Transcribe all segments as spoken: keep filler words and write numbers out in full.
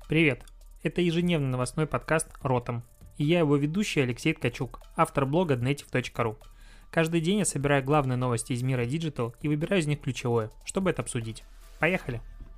Привет! Это ежедневный новостной подкаст «Ротом». И я его ведущий Алексей Ткачук, автор блога днетив точка ру. Каждый день я собираю главные новости из мира Digital и выбираю из них ключевое, чтобы это обсудить. Поехали!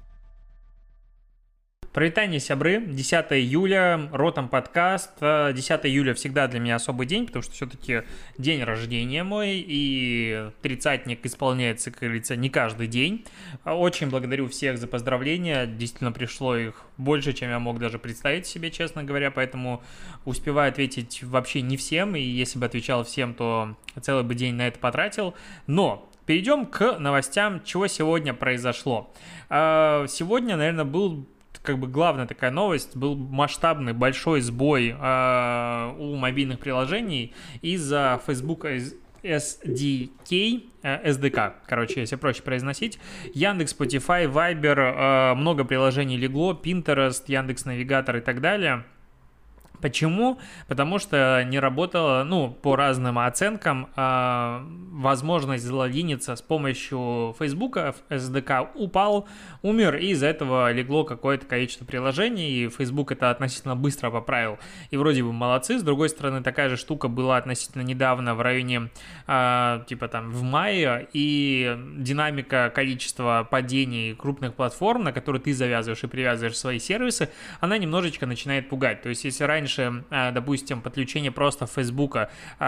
Привет, сябры, десятое июля, Ротом подкаст. десятое июля всегда для меня особый день, потому что все-таки день рождения мой, и тридцатник исполняется, как говорится, не каждый день. Очень благодарю всех за поздравления, действительно пришло их больше, чем я мог даже представить себе, честно говоря, поэтому успеваю ответить вообще не всем, и если бы отвечал всем, то целый бы день на это потратил, но... Перейдем к новостям, чего сегодня произошло. Сегодня, наверное, был... Как бы главная такая новость, был масштабный большой сбой э, у мобильных приложений из-за Facebook эс ди кей, э, эс ди кей, короче, если проще произносить. Яндекс, Spotify, Viber, э, много приложений легло, Pinterest, Яндекс Навигатор и так далее. Почему? Потому что не работала, ну, по разным оценкам, э, возможность залогиниться с помощью Facebook, эс ди кей упал, умер, и из-за этого легло какое-то количество приложений, и Facebook это относительно быстро поправил, и вроде бы молодцы. С другой стороны, такая же штука была относительно недавно, в районе, э, типа там, в мае, и динамика количества падений крупных платформ, на которые ты завязываешь и привязываешь свои сервисы, она немножечко начинает пугать. То есть, если раньше допустим, подключение просто Фейсбука,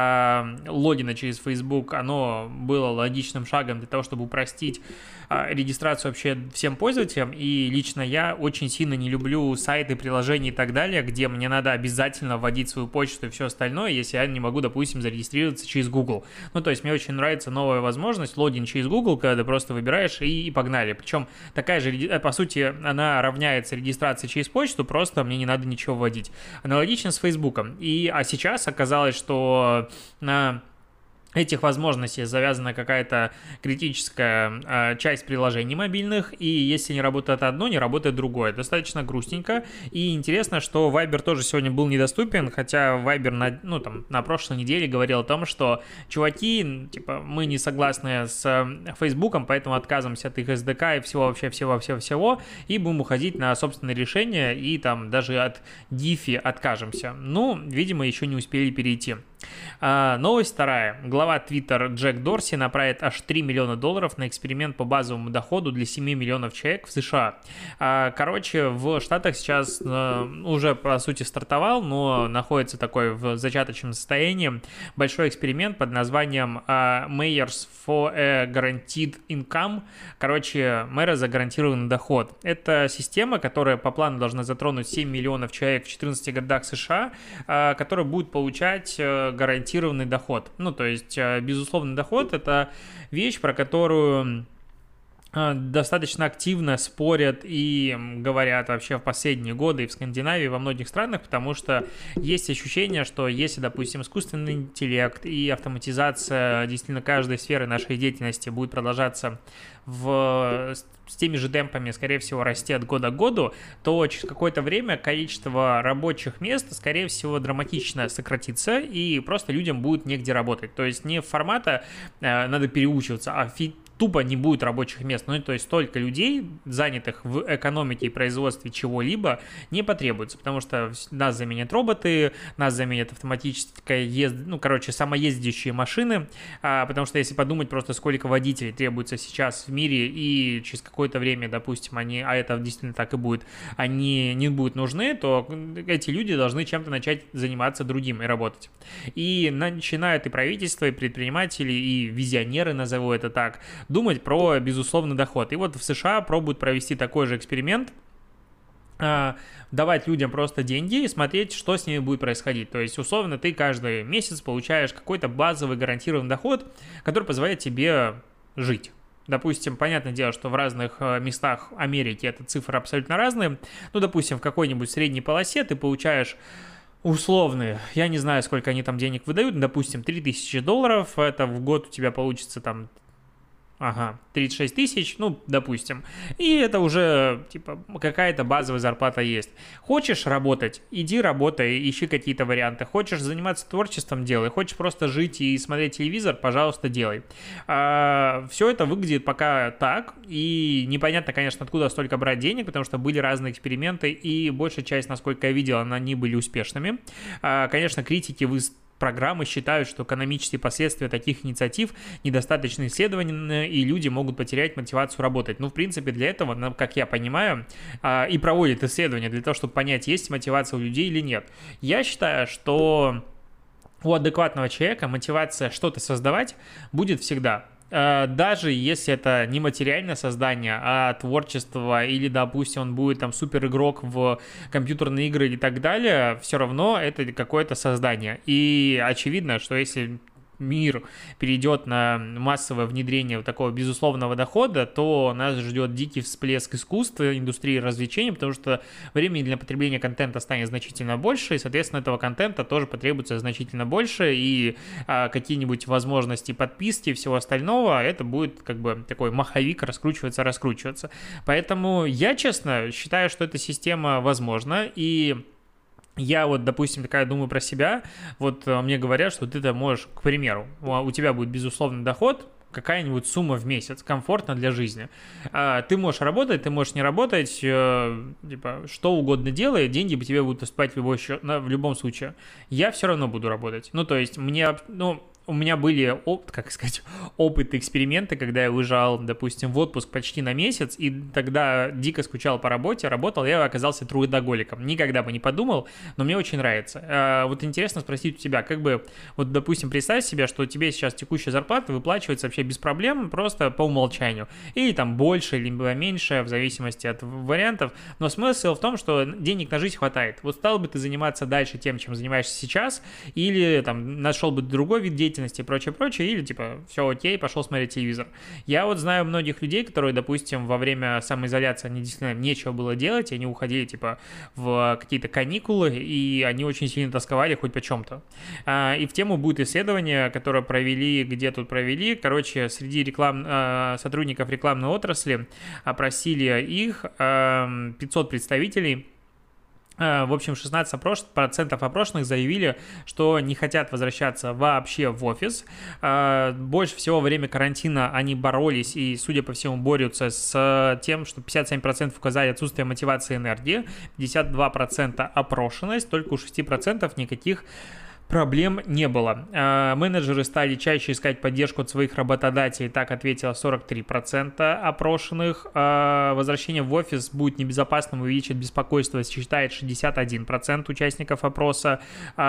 логина через Facebook, оно было логичным шагом для того, чтобы упростить регистрацию вообще всем пользователям, и лично я очень сильно не люблю сайты, приложения и так далее, где мне надо обязательно вводить свою почту и все остальное, если я не могу, допустим, зарегистрироваться через Google. Ну, то есть мне очень нравится новая возможность, логин через Google, когда ты просто выбираешь и, и погнали. Причем такая же, по сути, она равняется регистрации через почту, просто мне не надо ничего вводить. Аналогично с Фейсбуком. И, а сейчас оказалось, что на этих возможностей завязана какая-то критическая э, часть приложений мобильных, и если не работает одно, не работает другое. Достаточно грустненько. И интересно, что Viber тоже сегодня был недоступен, хотя Viber на, ну, там, на прошлой неделе говорил о том, что чуваки, типа, мы не согласны с Фейсбуком, поэтому отказываемся от их эс ди кей и всего, вообще всего-всего-всего, и будем уходить на собственные решения, и там даже от дифи откажемся. Ну, видимо, еще не успели перейти. А, новость вторая. Глава Twitter Джек Дорси направит аж три миллиона долларов на эксперимент по базовому доходу для семи миллионов человек в США. А, короче, в Штатах сейчас а, уже, по сути, стартовал, но находится такой в зачаточном состоянии большой эксперимент под названием а, Mayors for a Guaranteed Income. Короче, мэры за гарантированный доход. Это система, которая по плану должна затронуть семь миллионов человек в четырнадцати городах США, а, которая будет получать гарантированный доход. Ну, то есть, безусловный доход – это вещь, про которую достаточно активно спорят и говорят вообще в последние годы и в Скандинавии, и во многих странах, потому что есть ощущение, что если, допустим, искусственный интеллект и автоматизация действительно каждой сферы нашей деятельности будет продолжаться в, с теми же темпами, скорее всего, расти от года к году, то через какое-то время количество рабочих мест, скорее всего, драматично сократится, и просто людям будет негде работать. То есть не формата э, надо переучиваться, а фи тупо не будет рабочих мест. Ну, то есть столько людей, занятых в экономике и производстве чего-либо, не потребуется, потому что нас заменят роботы, нас заменят автоматическая езд... ну, короче, самоездящие машины, а, потому что если подумать просто, сколько водителей требуется сейчас в мире, и через какое-то время, допустим, они, а это действительно так и будет, они не будут нужны, то эти люди должны чем-то начать заниматься другим и работать. И начинают и правительство, и предприниматели, и визионеры, назову это так, думать про безусловный доход. И вот в США пробуют провести такой же эксперимент, давать людям просто деньги и смотреть, что с ними будет происходить. То есть, условно, ты каждый месяц получаешь какой-то базовый гарантированный доход, который позволяет тебе жить. Допустим, понятное дело, что в разных местах Америки эта цифра абсолютно разная. Ну, допустим, в какой-нибудь средней полосе ты получаешь условные, я не знаю, сколько они там денег выдают, допустим, три тысячи долларов, это в год у тебя получится там Ага, тридцать шесть тысяч, ну, допустим. И это уже, типа, какая-то базовая зарплата есть. Хочешь работать? Иди работай, ищи какие-то варианты. Хочешь заниматься творчеством? Делай. Хочешь просто жить и смотреть телевизор? Пожалуйста, делай. А, все это выглядит пока так, и непонятно, конечно, откуда столько брать денег, потому что были разные эксперименты, и большая часть, насколько я видел, они были успешными. А, конечно, критики вы программы считают, что экономические последствия таких инициатив недостаточно исследованы, и люди могут потерять мотивацию работать. Ну, в принципе, для этого, как я понимаю, и проводят исследования для того, чтобы понять, есть мотивация у людей или нет. Я считаю, что у адекватного человека мотивация что-то создавать будет всегда. Даже если это не материальное создание, а творчество, или, допустим, он будет там супер игрок в компьютерные игры и так далее, все равно это какое-то создание. И очевидно, что если мир перейдет на массовое внедрение вот такого безусловного дохода, то нас ждет дикий всплеск искусства, индустрии развлечений, потому что времени для потребления контента станет значительно больше, и, соответственно, этого контента тоже потребуется значительно больше, и а, какие-нибудь возможности подписки и всего остального, это будет как бы такой маховик раскручиваться, раскручиваться. Поэтому я, честно, считаю, что эта система возможна, и я вот, допустим, такая думаю про себя, вот мне говорят, что ты-то можешь, к примеру, у тебя будет безусловный доход, какая-нибудь сумма в месяц, комфортно для жизни. Ты можешь работать, ты можешь не работать, типа, что угодно делай, деньги тебе будут поступать в, любой, в любом случае. Я все равно буду работать. Ну, то есть, мне, ну, у меня были, как сказать, опыты, эксперименты, когда я уезжал, допустим, в отпуск почти на месяц, и тогда дико скучал по работе, работал, я оказался трудоголиком. Никогда бы не подумал, но мне очень нравится. Вот интересно спросить у тебя, как бы, вот, допустим, представь себе, что тебе сейчас текущая зарплата выплачивается вообще без проблем, просто по умолчанию. Или там больше, либо меньше, в зависимости от вариантов. Но смысл в том, что денег на жизнь хватает. Вот стал бы ты заниматься дальше тем, чем занимаешься сейчас, или там нашел бы другой вид деятельности, и прочее, прочее, или типа все окей, пошел смотреть телевизор. Я вот знаю многих людей, которые, допустим, во время самоизоляции, они действительно нечего было делать, и они уходили типа в какие-то каникулы, и они очень сильно тосковали хоть по чем-то. И в тему будет исследование, которое провели, где тут провели, короче, среди реклам... сотрудников рекламной отрасли опросили их, пятьсот представителей. В общем, шестнадцать процентов опрошенных заявили, что не хотят возвращаться вообще в офис. Больше всего во время карантина они боролись и, судя по всему, борются с тем, что пятьдесят семь процентов указали отсутствие мотивации и энергии, пятьдесят два процента опрошенность, только у шесть процентов никаких проблем не было. Менеджеры стали чаще искать поддержку от своих работодателей, так ответило сорок три процента опрошенных. Возвращение в офис будет небезопасным, увеличит беспокойство, считает шестьдесят один процент участников опроса.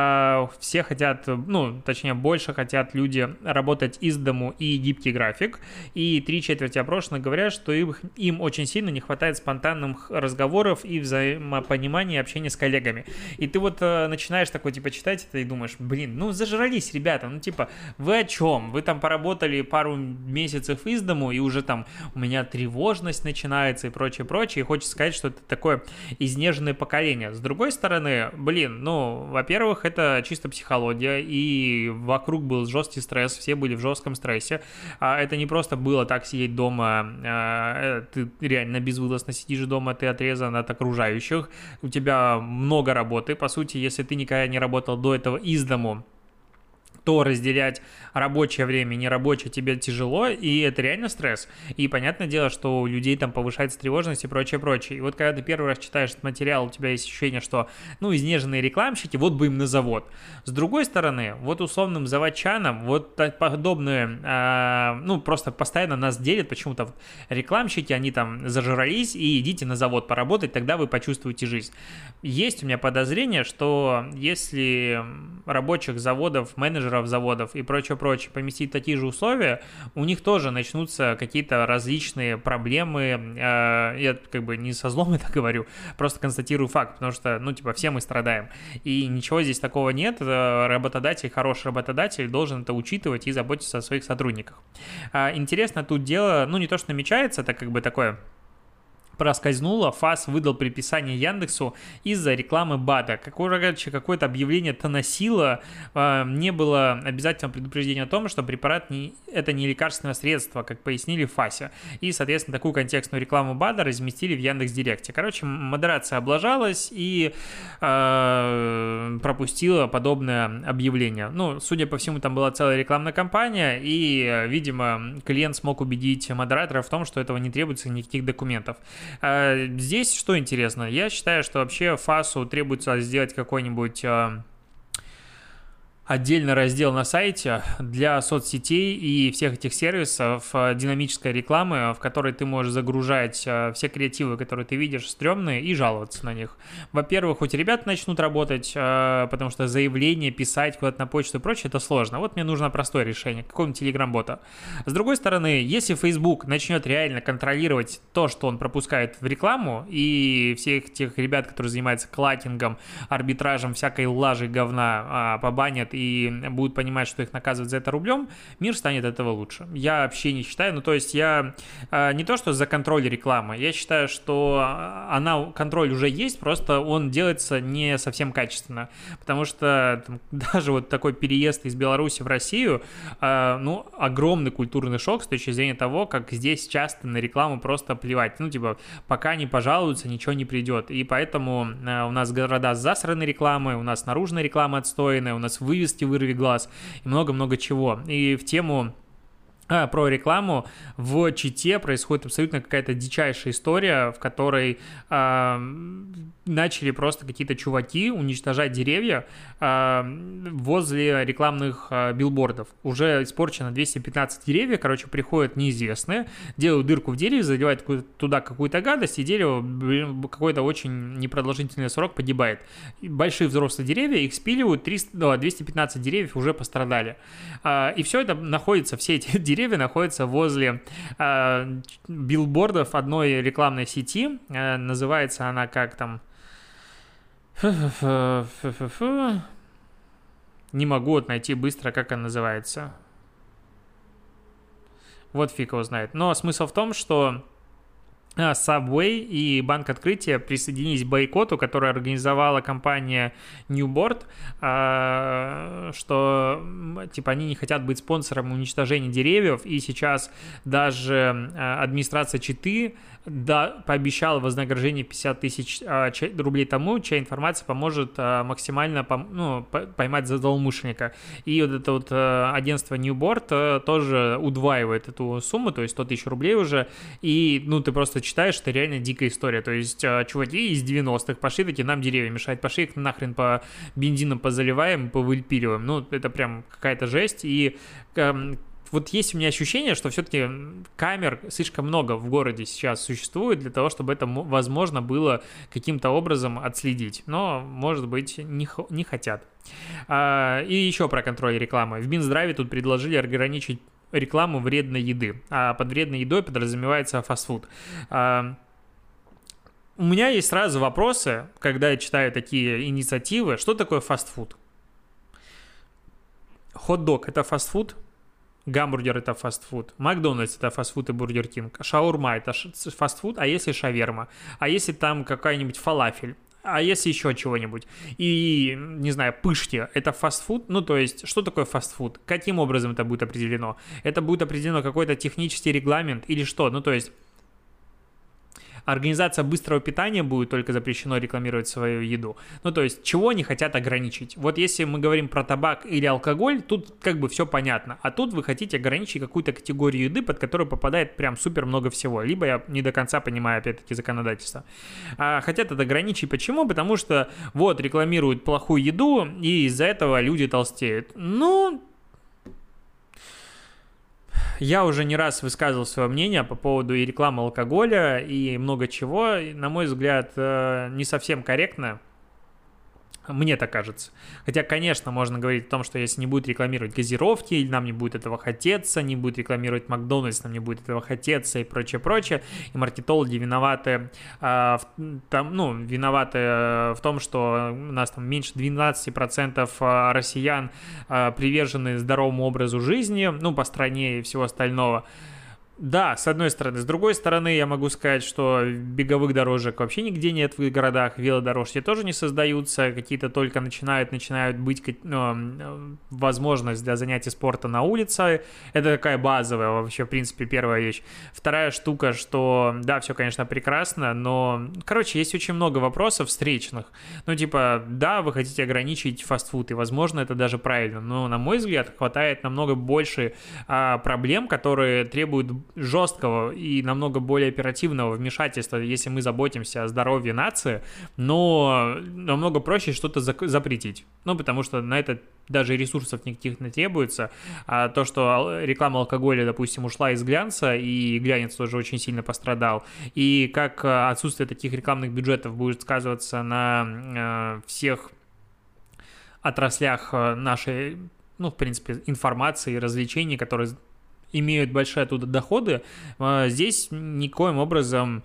Все хотят, ну, точнее, больше хотят люди работать из дому и гибкий график. И три четверти опрошенных говорят, что им, им очень сильно не хватает спонтанных разговоров и взаимопонимания, общения с коллегами. И ты вот начинаешь такой, типа, читать это и думаешь, блин, ну зажрались, ребята, ну типа, вы о чем? Вы там поработали пару месяцев из дому, и уже там у меня тревожность начинается и прочее, прочее, и хочется сказать, что это такое изнеженное поколение. С другой стороны, блин, ну, во-первых, это чисто психология, и вокруг был жесткий стресс, все были в жестком стрессе, а это не просто было так сидеть дома, а, ты реально безвылазно сидишь дома, ты отрезан от окружающих, у тебя много работы, по сути, если ты никогда не работал до этого из дому, то разделять рабочее время и нерабочее тебе тяжело, и это реально стресс. И понятное дело, что у людей там повышается тревожность и прочее, прочее. И вот когда ты первый раз читаешь этот материал, у тебя есть ощущение, что, ну, изнеженные рекламщики, вот бы им на завод. С другой стороны, вот условным заводчанам, вот подобные, э, ну, просто постоянно нас делят почему-то. Вот рекламщики, они там зажрались, и идите на завод поработать, тогда вы почувствуете жизнь. Есть у меня подозрение, что если рабочих заводов, менеджеров заводов и прочее-прочее поместить такие же условия, у них тоже начнутся какие-то различные проблемы. Я как бы не со злом это говорю, просто констатирую факт, потому что, ну, типа, все мы страдаем. И ничего здесь такого нет. Работодатель, хороший работодатель должен это учитывать и заботиться о своих сотрудниках. Интересно тут дело, ну, не то, что намечается, это как бы такое проскользнуло, ФАС выдал предписание Яндексу из-за рекламы БАДа. Короче, какое-то объявление-то носило, не было обязательного предупреждения о том, что препарат не, это не лекарственное средство, как пояснили в ФАСе. И, соответственно, такую контекстную рекламу БАДа разместили в Яндекс.Директе. Короче, модерация облажалась и э, пропустила подобное объявление. Ну, судя по всему, там была целая рекламная кампания, и, видимо, клиент смог убедить модератора в том, что этого не требуется никаких документов. Здесь что интересно, я считаю, что вообще ФАСу требуется сделать какой-нибудь отдельный раздел на сайте для соцсетей и всех этих сервисов динамической рекламы, в которой ты можешь загружать все креативы, которые ты видишь, стрёмные, и жаловаться на них. Во-первых, хоть ребята начнут работать, потому что заявление писать куда-то на почту и прочее, это сложно. Вот мне нужно простое решение, какого-нибудь телеграм-бота. С другой стороны, если Facebook начнет реально контролировать то, что он пропускает в рекламу, и всех тех ребят, которые занимаются клакингом, арбитражем, всякой лажей говна, побанят и будут понимать, что их наказывают за это рублем, мир станет от этого лучше. Я вообще не считаю, ну то есть я э, не то, что за контроль рекламы, я считаю, что она, контроль уже есть, просто он делается не совсем качественно, потому что там, даже вот такой переезд из Беларуси в Россию, э, ну, огромный культурный шок с точки зрения того, как здесь часто на рекламу просто плевать, ну типа, пока не пожалуются, ничего не придет, и поэтому э, у нас города засраны рекламой, у нас наружная реклама отстойная, у нас вывески вырви глаз и много-много чего. И в тему А, про рекламу в Чите происходит абсолютно какая-то дичайшая история, в которой э, начали просто какие-то чуваки уничтожать деревья э, возле рекламных э, билбордов. Уже испорчено двести пятнадцать деревьев, короче, приходят неизвестные, делают дырку в дереве, заливают туда какую-то гадость, и дерево какой-то очень непродолжительный срок погибает. Большие взрослые деревья, их спиливают, триста, двести пятнадцать деревьев уже пострадали. Э, и все это находится, все эти деревья Деревья находятся возле э, билбордов одной рекламной сети. Э, называется она как там... Не могу вот найти быстро, как она называется. Вот фиг его знает. Но смысл в том, что Subway и Банк Открытия присоединились к бойкоту, который организовала компания Newboard, что типа они не хотят быть спонсором уничтожения деревьев, и сейчас даже администрация Читы да, пообещала вознаграждение пятьдесят тысяч рублей тому, чья информация поможет максимально ну, поймать злоумышленника. И вот это вот агентство Newboard тоже удваивает эту сумму, то есть сто тысяч рублей уже, и ну ты просто читаешь, это реально дикая история. То есть чуваки из девяностых пошли такие, нам деревья мешают, пошли их нахрен по бензином позаливаем, повыпиливаем. Ну, это прям какая-то жесть. И эм, вот есть у меня ощущение, что все-таки камер слишком много в городе сейчас существует для того, чтобы это возможно было каким-то образом отследить. Но, может быть, не, не хотят. А, и еще про контроль рекламы. В Минздраве тут предложили ограничить рекламу вредной еды. А под вредной едой подразумевается фастфуд. А, у меня есть сразу вопросы, когда я читаю такие инициативы. Что такое фастфуд? Хот-дог – это фастфуд? Гамбургер – это фастфуд. Макдональдс – это фастфуд и Бургер Кинг. Шаурма – это фастфуд, а если шаверма? А если там какая-нибудь фалафель? А если еще чего-нибудь? И, не знаю, пышки – это фастфуд? Ну, то есть, что такое фастфуд? Каким образом это будет определено? Это будет определено какой-то технический регламент или что? Ну, то есть, организация быстрого питания будет только запрещено рекламировать свою еду. Ну, то есть, чего они хотят ограничить? Вот если мы говорим про табак или алкоголь, тут как бы все понятно. А тут вы хотите ограничить какую-то категорию еды, под которую попадает прям супер много всего. Либо я не до конца понимаю, опять-таки, законодательство. А хотят это ограничить. Почему? Потому что вот рекламируют плохую еду, и из-за этого люди толстеют. Ну... Я уже не раз высказывал свое мнение по поводу и рекламы алкоголя, и много чего. На мой взгляд, не совсем корректно. Мне так кажется. Хотя, конечно, можно говорить о том, что если не будет рекламировать газировки, или нам не будет этого хотеться, не будет рекламировать Макдональдс, нам не будет этого хотеться и прочее, прочее. И маркетологи виноваты, э, в, там, ну, виноваты в том, что у нас там меньше двенадцать процентов россиян э, привержены здоровому образу жизни, ну, по стране и всего остального. Да, с одной стороны. С другой стороны, я могу сказать, что беговых дорожек вообще нигде нет в городах, велодорожки тоже не создаются, какие-то только начинают, начинают быть ну, возможность для занятий спорта на улице. Это такая базовая вообще, в принципе, первая вещь. Вторая штука, что, да, все, конечно, прекрасно, но, короче, есть очень много вопросов встречных. Ну, типа, да, вы хотите ограничить фастфуд, и, возможно, это даже правильно, но, на мой взгляд, хватает намного больше а, проблем, которые требуют жесткого и намного более оперативного вмешательства, если мы заботимся о здоровье нации, но намного проще что-то запретить. Ну, потому что на это даже ресурсов никаких не требуется. А то, что реклама алкоголя, допустим, ушла из глянца, и глянец тоже очень сильно пострадал, и как отсутствие таких рекламных бюджетов будет сказываться на всех отраслях нашей, ну, в принципе, информации и развлечений, которые имеют большие оттуда доходы, здесь никоим образом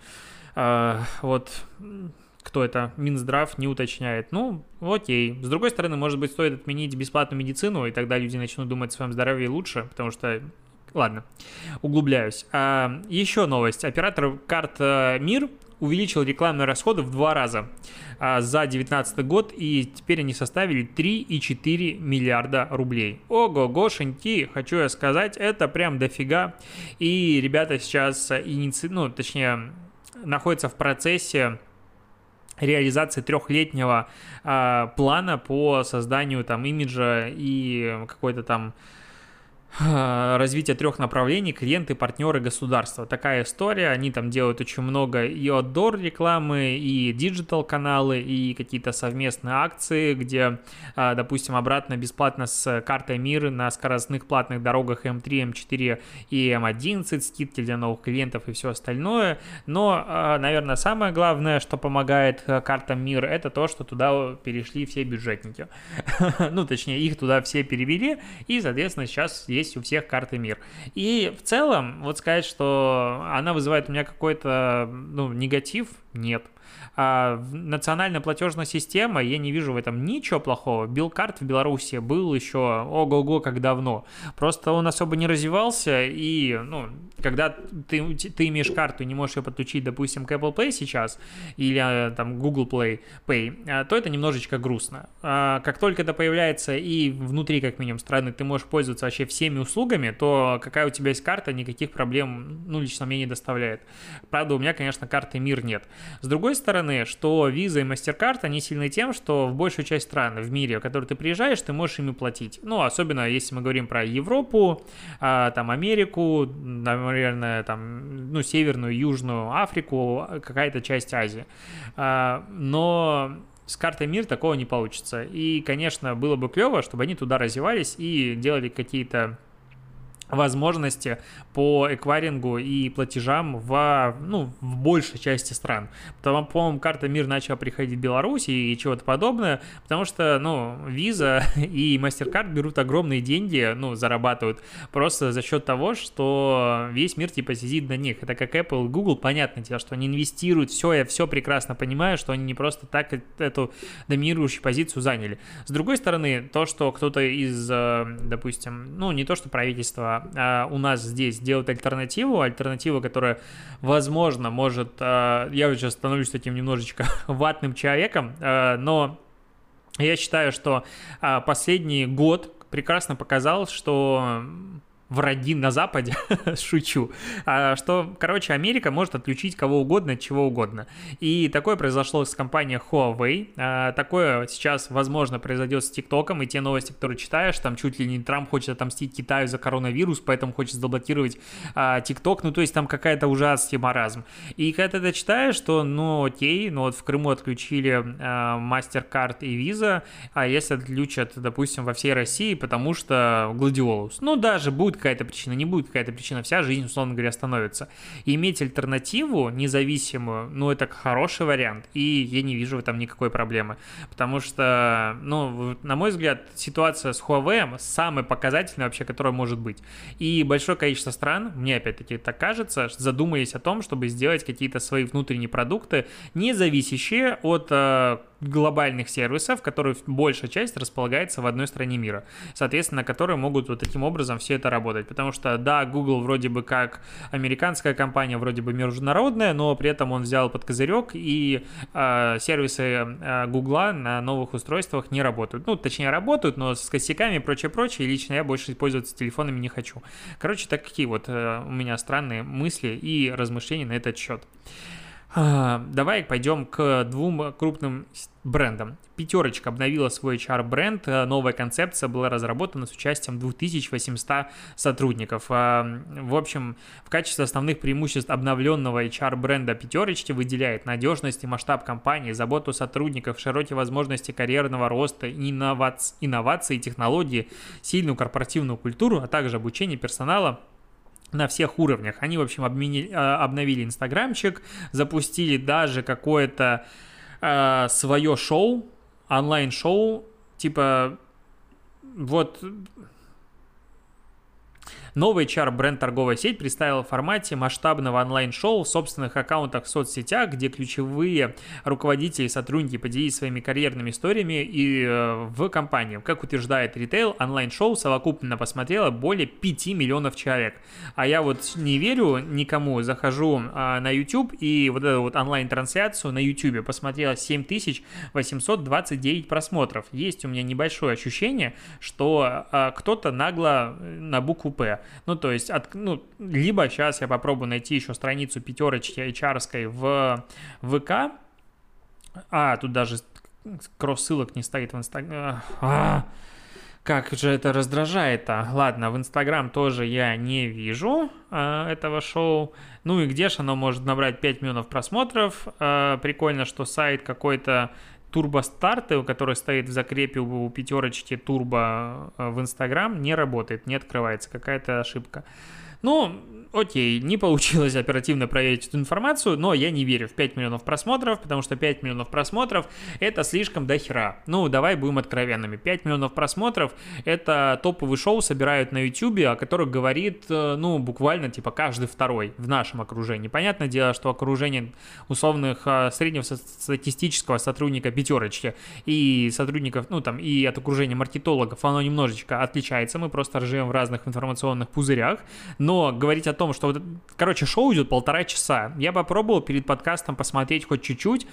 вот кто это, Минздрав не уточняет. Ну, окей. С другой стороны, может быть, стоит отменить бесплатную медицину, и тогда люди начнут думать о своем здоровье лучше, потому что... Ладно, углубляюсь. А, еще новость. Оператор карт МИР увеличил рекламные расходы в два раза а, за две тысячи девятнадцатый год, и теперь они составили три и четыре миллиарда рублей. Ого-гошеньки, хочу я сказать, это прям дофига. И ребята сейчас, иници... ну, точнее, находятся в процессе реализации трехлетнего а, плана по созданию там имиджа и какой-то там развитие трех направлений: клиенты, партнеры, государство. Такая история. Они там делают очень много и outdoor рекламы, и диджитал каналы, и какие-то совместные акции, где, допустим, обратно бесплатно с картой МИР на скоростных платных дорогах эм три, эм четыре и эм одиннадцать, скидки для новых клиентов и все остальное. Но, наверное, самое главное, что помогает картам МИР, это то, что туда перешли все бюджетники. Ну, точнее, их туда все перевели, и, соответственно, сейчас есть есть у всех карты МИР. И в целом, вот сказать, что она вызывает у меня какой-то, ну, негатив, нет. А национальная платежная система, я не вижу в этом ничего плохого. Билкарт в Беларуси был еще ого-го как давно. Просто он особо не развивался, и, ну, когда ты, ты имеешь карту и не можешь ее подключить, допустим, к Apple Pay сейчас, или там Google Play Pay, то это немножечко грустно. А как только это появляется и внутри, как минимум, страны ты можешь пользоваться вообще всеми услугами, то какая у тебя есть карта, никаких проблем, ну, лично мне не доставляет. Правда, у меня, конечно, карты МИР нет. С другой стороны, что Visa и MasterCard, они сильны тем, что в большую часть стран в мире, в которые ты приезжаешь, ты можешь ими платить. Ну, особенно если мы говорим про Европу, там, Америку, наверное, там, ну, Северную, Южную Африку, какая-то часть Азии. Но с картой МИР такого не получится. И, конечно, было бы клево, чтобы они туда развивались и делали какие-то возможности по эквайрингу и платежам в, ну, в большей части стран. Потому, по-моему, карта МИР начала приходить в Беларусь и чего-то подобное, потому что, ну, Visa и MasterCard берут огромные деньги, ну, зарабатывают просто за счет того, что весь мир, типа, сидит на них. Это как Apple и Google, понятное дело, что они инвестируют, все, я все прекрасно понимаю, что они не просто так эту доминирующую позицию заняли. С другой стороны, то, что кто-то из, допустим, ну, не то, что правительство, а у нас здесь делают альтернативу, альтернативу, которая, возможно, может... Я вот сейчас становлюсь таким немножечко ватным человеком, но я считаю, что последний год прекрасно показал, что... враги на Западе, шучу, что, короче, Америка может отключить кого угодно от чего угодно. И такое произошло с компанией Huawei, такое сейчас, возможно, произойдет с ТикТоком, и те новости, которые читаешь, там чуть ли не Трамп хочет отомстить Китаю за коронавирус, поэтому хочет заблокировать ТикТок, ну, то есть там какая-то ужасный маразм. И когда ты это читаешь, то, ну, окей, ну, вот в Крыму отключили MasterCard и Visa, а если отключат, допустим, во всей России, потому что гладиолус, ну, даже будет какая-то причина, не будет какая-то причина, вся жизнь, условно говоря, становится. И иметь альтернативу независимую, ну, это хороший вариант, и я не вижу в этом никакой проблемы, потому что, ну, на мой взгляд, ситуация с Huawei самая показательная вообще, которая может быть. И большое количество стран, мне опять-таки так кажется, задумались о том, чтобы сделать какие-то свои внутренние продукты, не зависящие от глобальных сервисов, которые большая часть располагается в одной стране мира, соответственно, которые могут вот таким образом все это работать, потому что, да, Google вроде бы как американская компания, вроде бы международная, но при этом он взял под козырек, и э, сервисы э, Google на новых устройствах не работают, ну, точнее, работают, но с косяками и прочее-прочее, и лично я больше пользоваться телефонами не хочу. Короче, такие вот э, у меня странные мысли и размышления на этот счет. Давай пойдем к двум крупным брендам. Пятерочка обновила свой эйч ар-бренд. Новая концепция была разработана с участием две тысячи восемьсот сотрудников. В общем, в качестве основных преимуществ обновленного эйч ар-бренда пятерочки выделяет надежность и масштаб компании, заботу сотрудников, широкие возможности карьерного роста, инноваций, инновации, технологии, сильную корпоративную культуру, а также обучение персонала на всех уровнях. Они, в общем, обменили, обновили инстаграмчик, запустили даже какое-то э, свое шоу, онлайн-шоу, типа вот... Новый эйч ар-бренд торговая сеть представила в формате масштабного онлайн-шоу в собственных аккаунтах в соцсетях, где ключевые руководители и сотрудники поделились своими карьерными историями и э, в компании. Как утверждает Retail, онлайн-шоу совокупно посмотрело более пяти миллионов человек. А я вот не верю никому, захожу э, на YouTube, и вот эту вот онлайн-трансляцию на YouTube посмотрело семь тысяч восемьсот двадцать девять просмотров. Есть у меня небольшое ощущение, что э, кто-то нагло на букву «П». Ну, то есть, от, ну, либо сейчас я попробую найти еще страницу пятерочки эйч ар-ской в ВК. А, тут даже кросс-ссылок не стоит в Инстаграм. А, как же это раздражает-то. Ладно, в Инстаграм тоже я не вижу а, этого шоу. Ну и где же оно может набрать пять миллионов просмотров? А, прикольно, что сайт какой-то турбо-старты, у которой стоит в закрепе у пятерочки турбо в Инстаграм, не работает, не открывается, какая-то ошибка. Ну, окей, не получилось оперативно проверить эту информацию, но я не верю в пять миллионов просмотров, потому что пять миллионов просмотров – это слишком дохера. Ну, давай будем откровенными. пять миллионов просмотров – это топовые шоу собирают на YouTube, о которых говорит, ну, буквально, типа, каждый второй в нашем окружении. Понятное дело, что окружение условных среднего статистического сотрудника пятерочки и сотрудников, ну, там, и от окружения маркетологов, оно немножечко отличается. Мы просто живем в разных информационных пузырях, но Но говорить о том, что... Вот, короче, шоу идет полтора часа. Я попробовал перед подкастом посмотреть хоть чуть-чуть.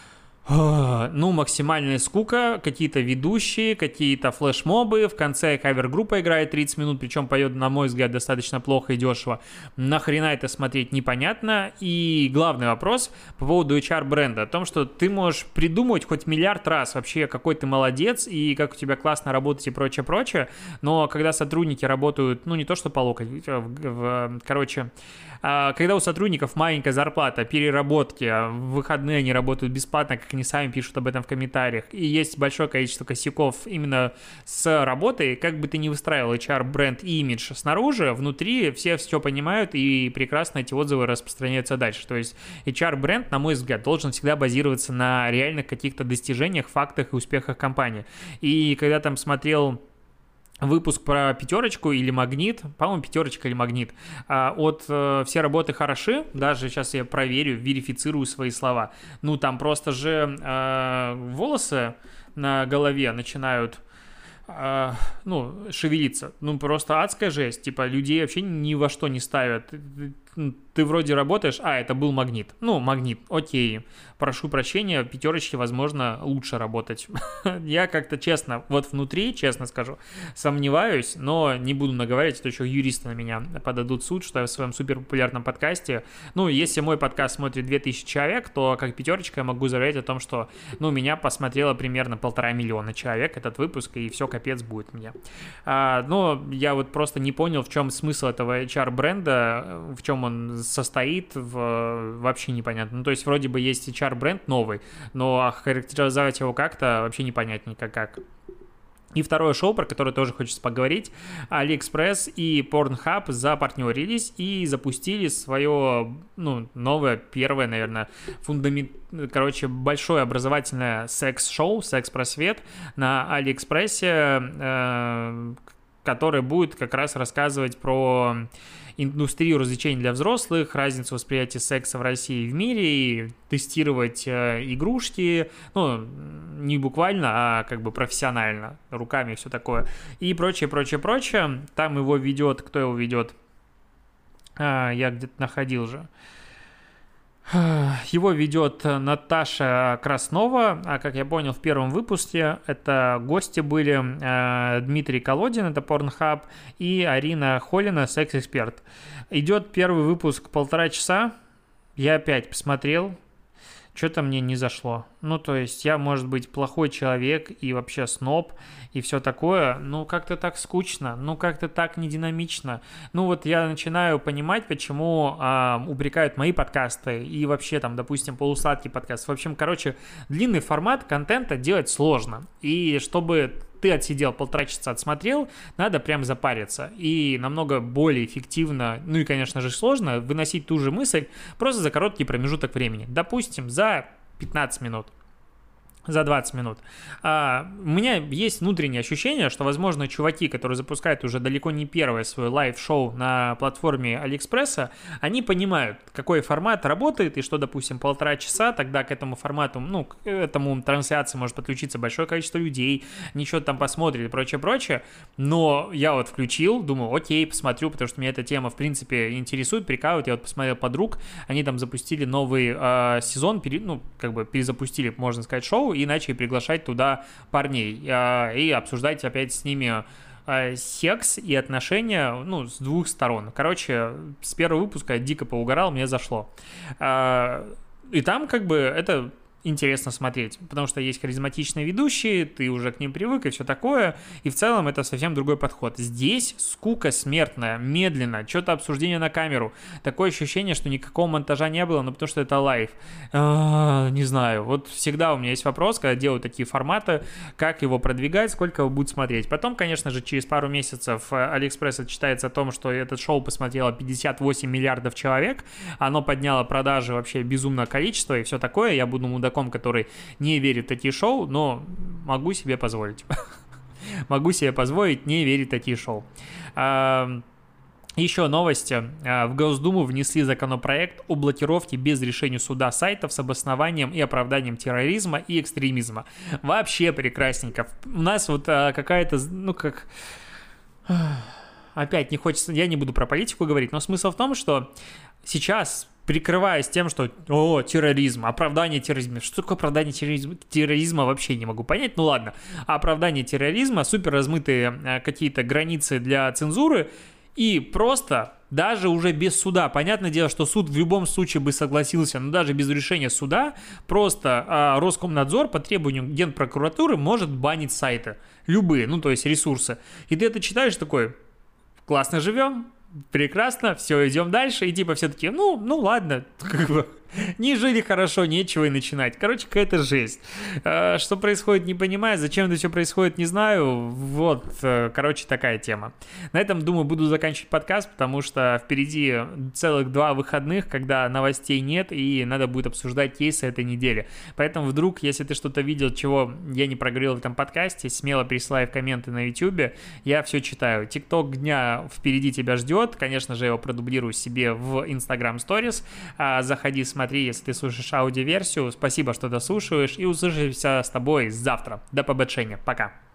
Ну, максимальная скука, какие-то ведущие, какие-то флешмобы, в конце кавер-группа играет тридцать минут, причем поет, на мой взгляд, достаточно плохо и дешево. Нахрена это смотреть, непонятно. И главный вопрос по поводу эйч ар-бренда, о том, что ты можешь придумывать хоть миллиард раз вообще, какой ты молодец и как у тебя классно работать и прочее-прочее, но когда сотрудники работают, ну, не то что по локоть, в, в, короче... Когда у сотрудников маленькая зарплата, переработки, в выходные они работают бесплатно, как они сами пишут об этом в комментариях, и есть большое количество косяков именно с работой, как бы ты ни выстраивал эйч ар-бренд и имидж снаружи, внутри все все понимают, и прекрасно эти отзывы распространяются дальше. То есть эйч ар-бренд, на мой взгляд, должен всегда базироваться на реальных каких-то достижениях, фактах и успехах компании. И когда там смотрел... выпуск про пятерочку или магнит, по-моему, пятерочка или магнит, от «Все работы хороши», даже сейчас я проверю, верифицирую свои слова, ну там просто же э, волосы на голове начинают э, ну, шевелиться, ну просто адская жесть, типа людей вообще ни во что не ставят. Ты вроде работаешь, а, это был магнит. Ну, магнит, окей. Прошу прощения, пятерочки, возможно, лучше работать. Я как-то честно, вот внутри, честно скажу, сомневаюсь, но не буду наговаривать, а то еще юристы на меня подадут в суд, что я в своем суперпопулярном подкасте. Ну, если мой подкаст смотрит две тысячи человек, то как пятерочка я могу заявлять о том, что, ну, меня посмотрело примерно полтора миллиона человек этот выпуск, и все, капец будет мне. А, но я вот просто не понял, в чем смысл этого эйч ар-бренда, в чем он состоит, в... вообще непонятно. Ну, то есть вроде бы есть эйч ар-бренд новый, но охарактеризовать его как-то вообще непонятненько как. И второе шоу, про которое тоже хочется поговорить, AliExpress и Pornhub запартнерились и запустили свое, ну, новое, первое, наверное, фундамент, короче, большое образовательное секс-шоу, секс-просвет на AliExpress, э, который будет как раз рассказывать про индустрию развлечений для взрослых, разницу восприятия секса в России и в мире, и тестировать э, игрушки, ну, не буквально, а как бы профессионально, руками и все такое, и прочее, прочее, прочее. Там его ведет, кто его ведет? А, я где-то находил же. Его ведет Наташа Краснова, а как я понял в первом выпуске, это гости были э, Дмитрий Колодин, это Pornhub, и Арина Холина, секс-эксперт. Идет первый выпуск полтора часа, я опять посмотрел, что-то мне не зашло. Ну, то есть я, может быть, плохой человек и вообще сноб и все такое, ну, как-то так скучно, ну, как-то так нединамично. Ну, вот я начинаю понимать, почему э, упрекают мои подкасты и вообще там, допустим, полусладкий подкаст. В общем, короче, длинный формат контента делать сложно. И чтобы ты отсидел полтора часа, отсмотрел, надо прям запариться. И намного более эффективно, ну и, конечно же, сложно выносить ту же мысль просто за короткий промежуток времени. Допустим, за пятнадцать минут. За двадцать минут. А, у меня есть внутреннее ощущение, что, возможно, чуваки, которые запускают уже далеко не первое свое лайв-шоу на платформе Алиэкспресса, они понимают, какой формат работает, и что, допустим, полтора часа, тогда к этому формату, ну, к этому трансляции может подключиться большое количество людей, ничего там посмотрит и прочее, прочее. Но я вот включил, думаю, окей, посмотрю, потому что меня эта тема, в принципе, интересует, прикалывает. Я вот посмотрел подруг, они там запустили новый э, сезон, пере, ну, как бы перезапустили, можно сказать, шоу, и начали приглашать туда парней э, и обсуждать опять с ними э, секс и отношения, ну, с двух сторон. Короче, с первого выпуска я дико поугарал, мне зашло. Э, и там как бы это интересно смотреть, потому что есть харизматичные ведущие, ты уже к ним привык и все такое, и в целом это совсем другой подход. Здесь скука смертная, медленно, что-то обсуждение на камеру, такое ощущение, что никакого монтажа не было, но потому что это лайв. А, не знаю, вот всегда у меня есть вопрос, когда делаю такие форматы, как его продвигать, сколько его будет смотреть. Потом, конечно же, через пару месяцев Алиэкспресс отчитается о том, что это шоу посмотрело пятьдесят восемь миллиардов человек, оно подняло продажи вообще безумное количество и все такое, я буду мудаком, который не верит в такие шоу, но могу себе позволить. Могу себе позволить не верить в такие шоу. Еще новости. В Госдуму внесли законопроект о блокировке без решения суда сайтов с обоснованием и оправданием терроризма и экстремизма. Вообще прекрасненько. У нас вот какая-то, ну как... Опять не хочется... Я не буду про политику говорить, но смысл в том, что сейчас... прикрываясь тем, что о, терроризм, оправдание терроризма. Что такое оправдание терроризма? Терроризма вообще не могу понять. Ну ладно, оправдание терроризма, супер размытые какие-то границы для цензуры и просто даже уже без суда. Понятное дело, что суд в любом случае бы согласился, но даже без решения суда просто а, Роскомнадзор по требованию Генпрокуратуры может банить сайты. Любые, ну то есть ресурсы. И ты это читаешь такой, классно живем. Прекрасно, все, идем дальше, и типа все таки, ну, ну ладно, как бы, не жили хорошо, нечего и начинать. Короче, какая-то жесть. Что происходит, не понимаю, зачем это все происходит, не знаю. Вот, короче, такая тема. На этом, думаю, буду заканчивать подкаст, потому что впереди целых два выходных, когда новостей нет, и надо будет обсуждать кейсы этой недели. Поэтому вдруг, если ты что-то видел, чего я не проговорил в этом подкасте, смело присылай в комменты на YouTube, я все читаю. TikTok дня впереди тебя ждет, конечно же, я его продублирую себе в Instagram Stories. Заходи, смотри, если ты слушаешь аудиоверсию. Спасибо, что дослушиваешь, и услышимся с тобой завтра. До побачення. Пока.